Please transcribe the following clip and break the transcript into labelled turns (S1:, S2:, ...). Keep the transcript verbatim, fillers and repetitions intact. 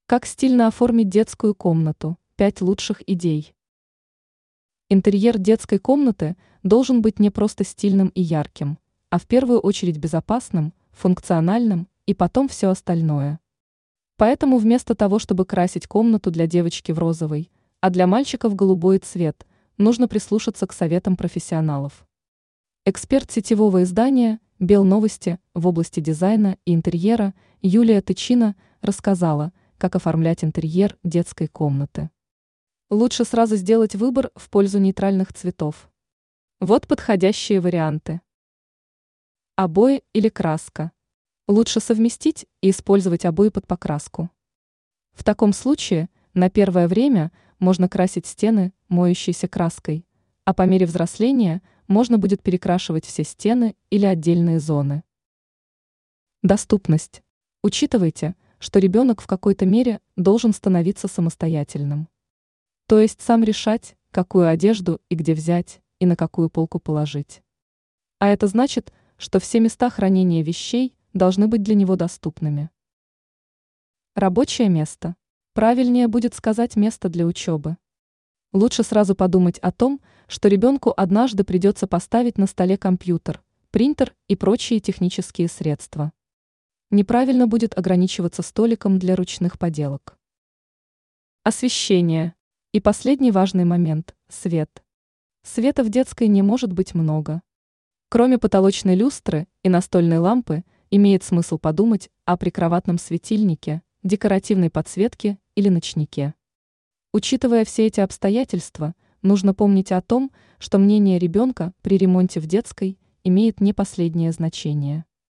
S1: Как стильно оформить детскую комнату? Пять лучших идей. Интерьер детской комнаты должен быть не просто стильным и ярким, а в первую очередь безопасным, функциональным и потом все остальное. Поэтому вместо того, чтобы красить комнату для девочки в розовый, а для мальчика в голубой цвет, нужно прислушаться к советам профессионалов. Эксперт сетевого издания «Белновости» в области дизайна и интерьера Юлия Тычина рассказала, как оформлять интерьер детской комнаты. Лучше сразу сделать выбор в пользу нейтральных цветов. Вот подходящие варианты. Обои или краска. Лучше совместить и использовать обои под покраску. В таком случае на первое время можно красить стены моющейся краской, а по мере взросления можно будет перекрашивать все стены или отдельные зоны. Доступность. Учитывайте, что ребенок в какой-то мере должен становиться самостоятельным. То есть сам решать, какую одежду и где взять, и на какую полку положить. А это значит, что все места хранения вещей должны быть для него доступными. Рабочее место. Правильнее будет сказать место для учебы. Лучше сразу подумать о том, что ребенку однажды придется поставить на столе компьютер, принтер и прочие технические средства. Неправильно будет ограничиваться столиком для ручных поделок. Освещение. И последний важный момент – свет. Света в детской не может быть много. Кроме потолочной люстры и настольной лампы, имеет смысл подумать о прикроватном светильнике, декоративной подсветке или ночнике. Учитывая все эти обстоятельства, нужно помнить о том, что мнение ребенка при ремонте в детской имеет не последнее значение.